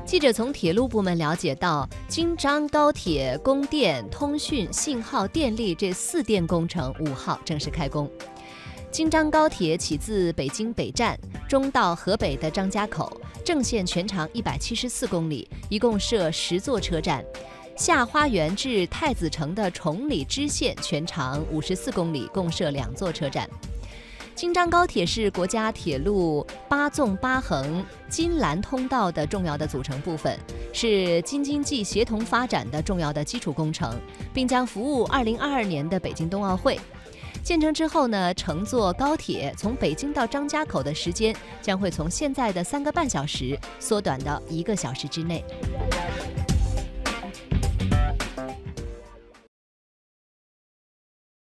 记者从铁路部门了解到，京张高铁供电、通讯、信号、电力这4电工程5号正式开工。京张高铁起自北京北站，中到河北的张家口，正线全长174公里，一共设10座车站。下花园至太子城的崇礼支线全长54公里，共设2座车站。京张高铁是国家铁路8纵8横京兰通道的重要的组成部分，是京津冀协同发展的重要的基础工程，并将服务2022年的北京冬奥会。建成之后呢，乘坐高铁从北京到张家口的时间将会从现在的3个半小时缩短到1个小时之内。